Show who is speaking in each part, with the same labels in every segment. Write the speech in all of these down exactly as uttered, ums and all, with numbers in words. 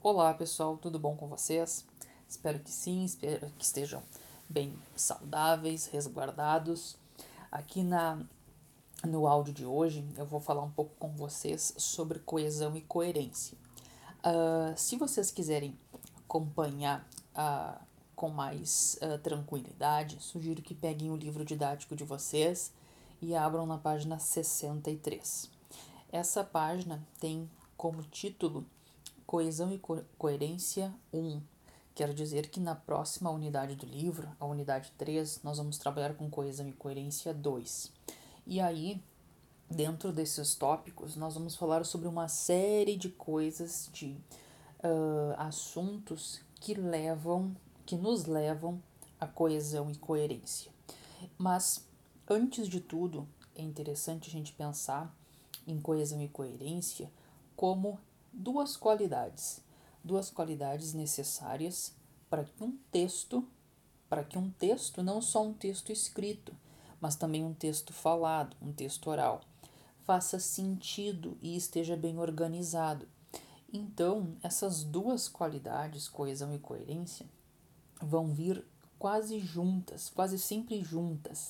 Speaker 1: Olá pessoal, tudo bom com vocês? Espero que sim, espero que estejam bem saudáveis, resguardados. Aqui na, no áudio de hoje eu vou falar um pouco com vocês sobre coesão e coerência. Uh, se vocês quiserem acompanhar uh, com mais uh, tranquilidade, sugiro que peguem o livro didático de vocês e abram na página sessenta e três. Essa página tem como título Coesão e Co- Coerência um. Quero dizer que na próxima unidade do livro, a unidade três, nós vamos trabalhar com coesão e coerência dois. E aí, dentro desses tópicos, nós vamos falar sobre uma série de coisas, de uh, assuntos que levam, que nos levam à coesão e coerência. Mas, antes de tudo, é interessante a gente pensar em coesão e coerência como duas qualidades, duas qualidades necessárias para que um texto, para que um texto, não só um texto escrito, mas também um texto falado, um texto oral, faça sentido e esteja bem organizado. Então, essas duas qualidades, coesão e coerência, vão vir quase juntas, quase sempre juntas,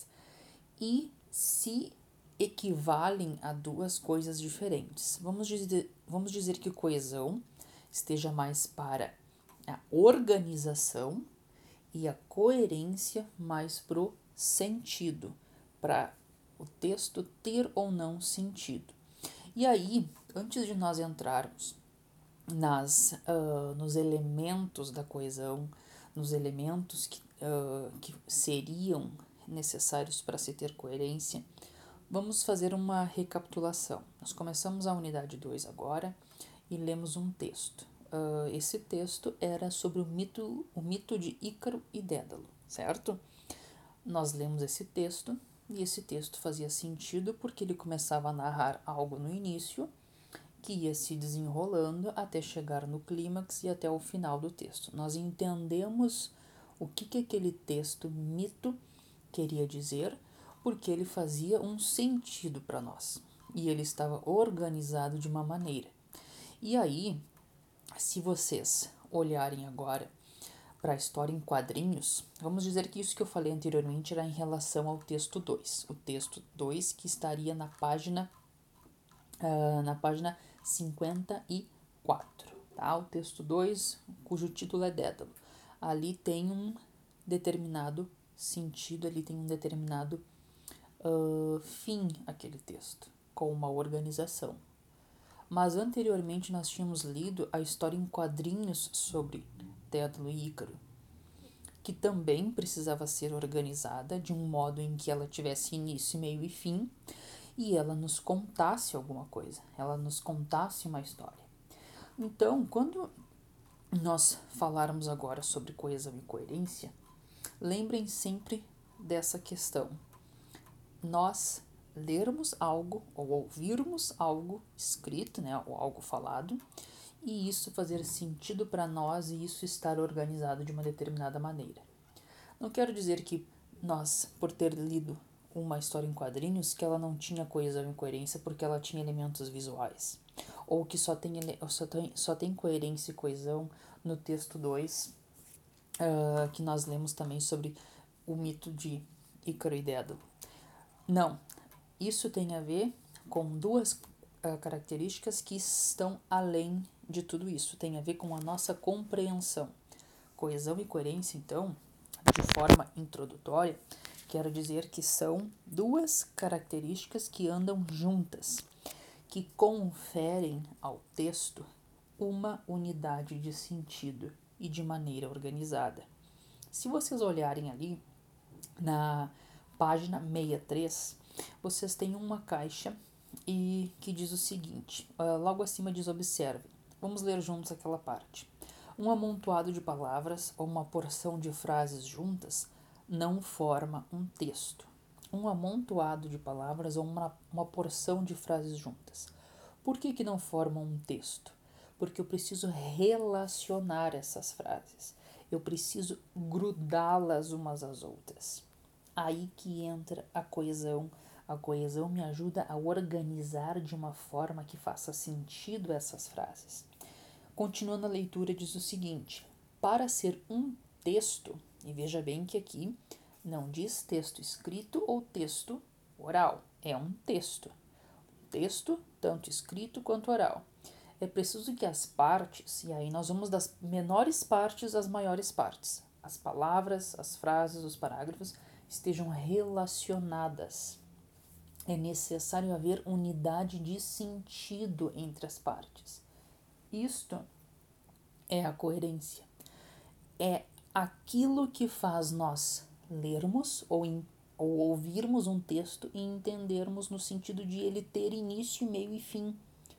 Speaker 1: e se equivalem a duas coisas diferentes. Vamos dizer, vamos dizer que coesão esteja mais para a organização e a coerência mais para o sentido, para o texto ter ou não sentido. E aí, antes de nós entrarmos nas, uh, nos elementos da coesão, nos elementos que, uh, que seriam necessários para se ter coerência, vamos fazer uma recapitulação. Nós começamos a unidade dois agora e lemos um texto. Uh, esse texto era sobre o mito, o mito de Ícaro e Dédalo, certo? Nós lemos esse texto e esse texto fazia sentido porque ele começava a narrar algo no início que ia se desenrolando até chegar no clímax e até o final do texto. Nós entendemos o que, que aquele texto, mito, queria dizer, porque ele fazia um sentido para nós e ele estava organizado de uma maneira. E aí, se vocês olharem agora para a história em quadrinhos, vamos dizer que isso que eu falei anteriormente era em relação ao texto dois. O texto dois que estaria na página uh, na página cinquenta e quatro, tá? O texto dois, cujo título é Dédalo. Ali tem um determinado sentido, ali tem um determinado uh, fim aquele texto, com uma organização. Mas anteriormente nós tínhamos lido a história em quadrinhos sobre Dédalo e Ícaro, que também precisava ser organizada de um modo em que ela tivesse início, meio e fim, e ela nos contasse alguma coisa, ela nos contasse uma história. Então, quando nós falarmos agora sobre coesão e coerência, lembrem sempre dessa questão. Nós lermos algo ou ouvirmos algo escrito, né, ou algo falado, e isso fazer sentido para nós e isso estar organizado de uma determinada maneira. Não quero dizer que nós, por ter lido uma história em quadrinhos, que ela não tinha coesão e coerência porque ela tinha elementos visuais, ou que só tem, só tem, só tem coerência e coesão no texto dois, uh, que nós lemos também sobre o mito de Ícaro e Dédalo. Não, isso tem a ver com duas uh, características que estão além de tudo isso, tem a ver com a nossa compreensão. Coesão e coerência, então, de forma introdutória, quero dizer que são duas características que andam juntas, que conferem ao texto uma unidade de sentido e de maneira organizada. Se vocês olharem ali na página sessenta e três, vocês têm uma caixa e que diz o seguinte, uh, logo acima diz observe. Vamos ler juntos aquela parte. Um amontoado de palavras ou uma porção de frases juntas não forma um texto. Um amontoado de palavras ou uma, uma porção de frases juntas. Por que que não formam um texto? Porque eu preciso relacionar essas frases. Eu preciso grudá-las umas às outras. Aí que entra a coesão. A coesão me ajuda a organizar de uma forma que faça sentido essas frases. Continuando a leitura, diz o seguinte: para ser um texto, e veja bem que aqui não diz texto escrito ou texto oral, é um texto. Texto, tanto escrito quanto oral. É preciso que as partes, e aí nós vamos das menores partes às maiores partes, as palavras, as frases, os parágrafos, estejam relacionadas. É necessário haver unidade de sentido entre as partes. Isto é a coerência. É aquilo que faz nós lermos ou, in, ou ouvirmos um texto e entendermos no sentido de ele ter início, meio e fim.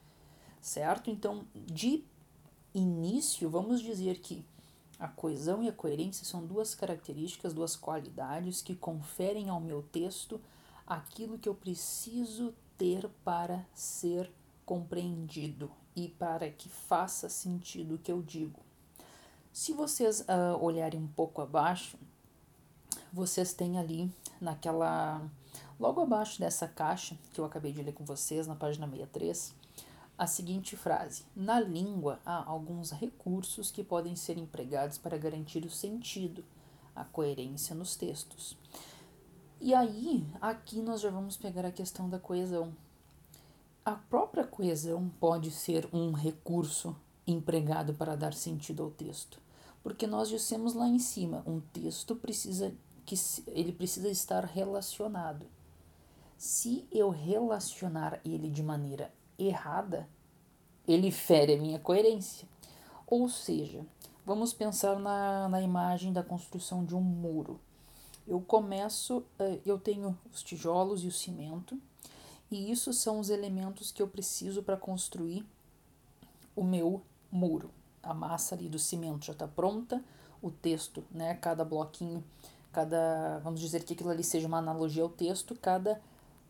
Speaker 1: Certo? Então, de início, vamos dizer que a coesão e a coerência são duas características, duas qualidades que conferem ao meu texto aquilo que eu preciso ter para ser compreendido e para que faça sentido o que eu digo. Se vocês uh, olharem um pouco abaixo, vocês têm ali naquela... logo abaixo dessa caixa que eu acabei de ler com vocês, na página sessenta e três, a seguinte frase: na língua há alguns recursos que podem ser empregados para garantir o sentido, a coerência nos textos. E aí, aqui nós já vamos pegar a questão da coesão. A própria coesão pode ser um recurso empregado para dar sentido ao texto, porque nós dissemos lá em cima, um texto precisa que ele precisa estar relacionado. Se eu relacionar ele de maneira errada, ele fere a minha coerência. Ou seja, vamos pensar na, na imagem da construção de um muro. Eu começo, eu tenho os tijolos e o cimento, e isso são os elementos que eu preciso para construir o meu muro. A massa ali do cimento já está pronta, o texto, né, cada bloquinho, cada, vamos dizer que aquilo ali seja uma analogia ao texto, cada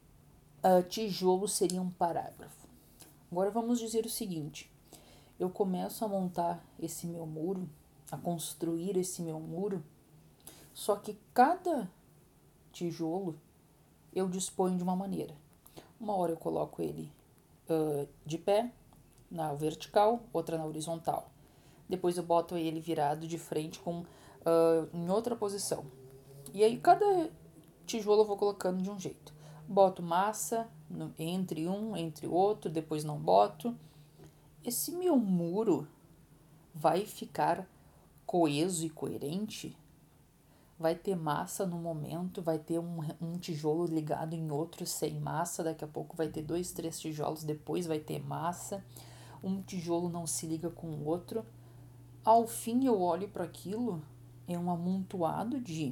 Speaker 1: uh, tijolo seria um parágrafo. Agora vamos dizer o seguinte: eu começo a montar esse meu muro, a construir esse meu muro, só que cada tijolo eu disponho de uma maneira. Uma hora eu coloco ele uh, de pé, na vertical, outra na horizontal. Depois eu boto ele virado de frente com, uh, em outra posição. E aí cada tijolo eu vou colocando de um jeito. Boto massa no, entre um, entre o outro, depois não boto. Esse meu muro vai ficar coeso e coerente? Vai ter massa no momento, vai ter um, um tijolo ligado em outro sem massa, daqui a pouco vai ter dois, três tijolos, depois vai ter massa, um tijolo não se liga com o outro. Ao fim eu olho para aquilo, é um amontoado de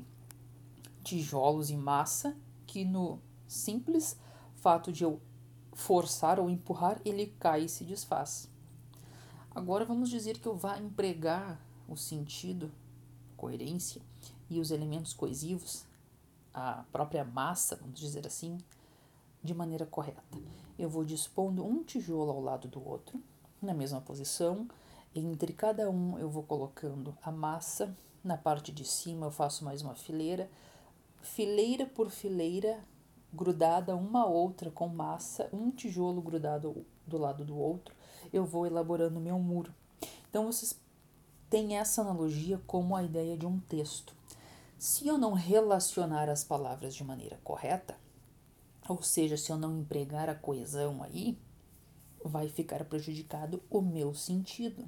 Speaker 1: tijolos e massa que no simples fato de eu forçar ou empurrar, ele cai e se desfaz. Agora vamos dizer que eu vá empregar o sentido, coerência e os elementos coesivos, a própria massa, vamos dizer assim, de maneira correta. Eu vou dispondo um tijolo ao lado do outro, na mesma posição. Entre cada um eu vou colocando a massa. Na parte de cima eu faço mais uma fileira. Fileira por fileira, grudada uma à outra com massa, um tijolo grudado do lado do outro, eu vou elaborando meu muro. Então vocês têm essa analogia como a ideia de um texto. Se eu não relacionar as palavras de maneira correta, ou seja, se eu não empregar a coesão aí, vai ficar prejudicado o meu sentido.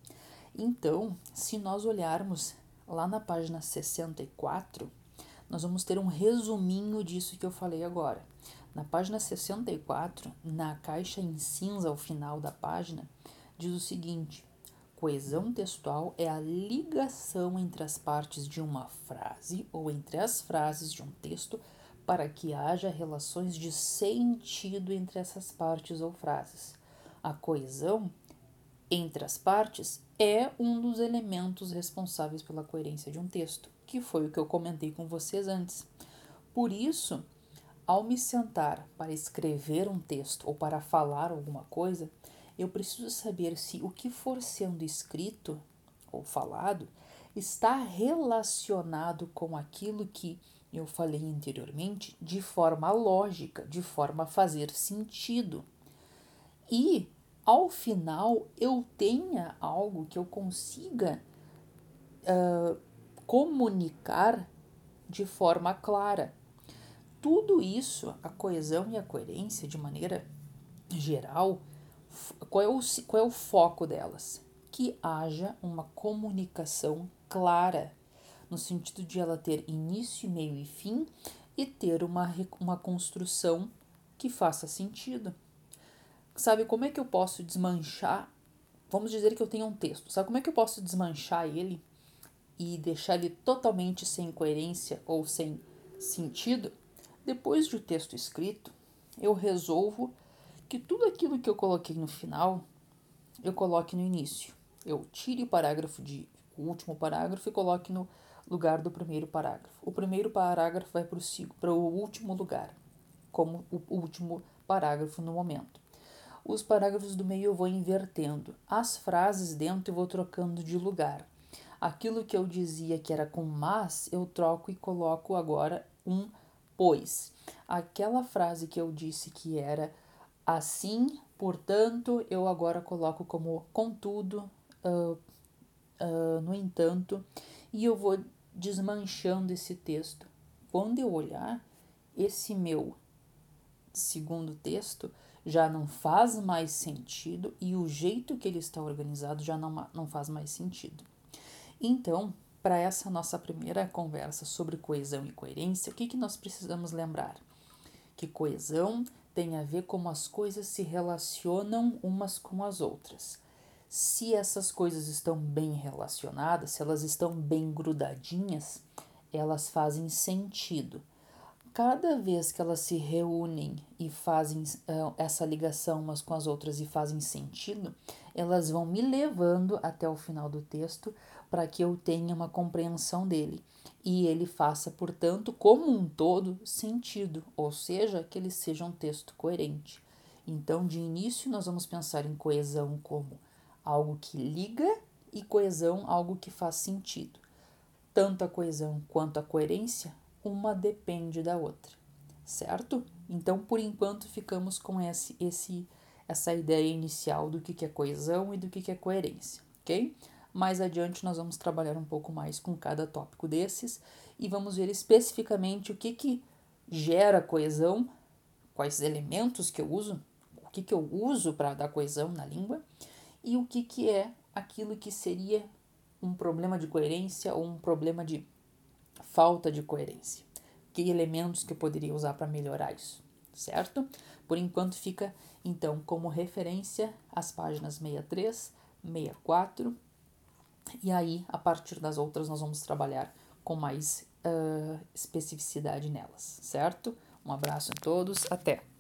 Speaker 1: Então, se nós olharmos lá na página sessenta e quatro, nós vamos ter um resuminho disso que eu falei agora. Na página sessenta e quatro, na caixa em cinza ao final da página, diz o seguinte: coesão textual é a ligação entre as partes de uma frase ou entre as frases de um texto para que haja relações de sentido entre essas partes ou frases. A coesão entre as partes é um dos elementos responsáveis pela coerência de um texto, que foi o que eu comentei com vocês antes. Por isso, ao me sentar para escrever um texto ou para falar alguma coisa, eu preciso saber se o que for sendo escrito ou falado está relacionado com aquilo que eu falei anteriormente de forma lógica, de forma a fazer sentido. E ao final eu tenha algo que eu consiga uh, comunicar de forma clara. Tudo isso, a coesão e a coerência, de maneira geral, qual é o, qual é o foco delas? Que haja uma comunicação clara, no sentido de ela ter início, meio e fim e ter uma, uma construção que faça sentido. Sabe como é que eu posso desmanchar? Vamos dizer que eu tenho um texto. Sabe como é que eu posso desmanchar ele e deixar ele totalmente sem coerência ou sem sentido? Depois de o texto escrito, eu resolvo que tudo aquilo que eu coloquei no final, eu coloque no início. Eu tire o parágrafo de o último parágrafo e coloque no lugar do primeiro parágrafo. O primeiro parágrafo vai para o último lugar, como o último parágrafo no momento. Os parágrafos do meio eu vou invertendo. As frases dentro eu vou trocando de lugar. Aquilo que eu dizia que era com mas, eu troco e coloco agora um pois. Aquela frase que eu disse que era assim, portanto, eu agora coloco como contudo, uh, uh, no entanto, e eu vou desmanchando esse texto. Quando eu olhar, esse meu segundo texto já não faz mais sentido e o jeito que ele está organizado já não, não faz mais sentido. Então, para essa nossa primeira conversa sobre coesão e coerência, o que, que nós precisamos lembrar? Que coesão tem a ver como as coisas se relacionam umas com as outras. Se essas coisas estão bem relacionadas, se elas estão bem grudadinhas, elas fazem sentido. Cada vez que elas se reúnem e fazem uh, essa ligação umas com as outras e fazem sentido, elas vão me levando até o final do texto para que eu tenha uma compreensão dele e ele faça, portanto, como um todo, sentido, ou seja, que ele seja um texto coerente. Então, de início, nós vamos pensar em coesão como algo que liga e coesão algo que faz sentido. Tanto a coesão quanto a coerência, uma depende da outra, certo? Então, por enquanto, ficamos com esse, esse, essa ideia inicial do que, que é coesão e do que, que é coerência, ok? Mais adiante, nós vamos trabalhar um pouco mais com cada tópico desses e vamos ver especificamente o que, que gera coesão, quais elementos que eu uso, o que, que eu uso para dar coesão na língua e o que, que é aquilo que seria um problema de coerência ou um problema de falta de coerência. Que elementos que eu poderia usar para melhorar isso, certo? Por enquanto fica, então, como referência as páginas sessenta e três, sessenta e quatro, e aí, a partir das outras, nós vamos trabalhar com mais uh, especificidade nelas, certo? Um abraço a todos, até!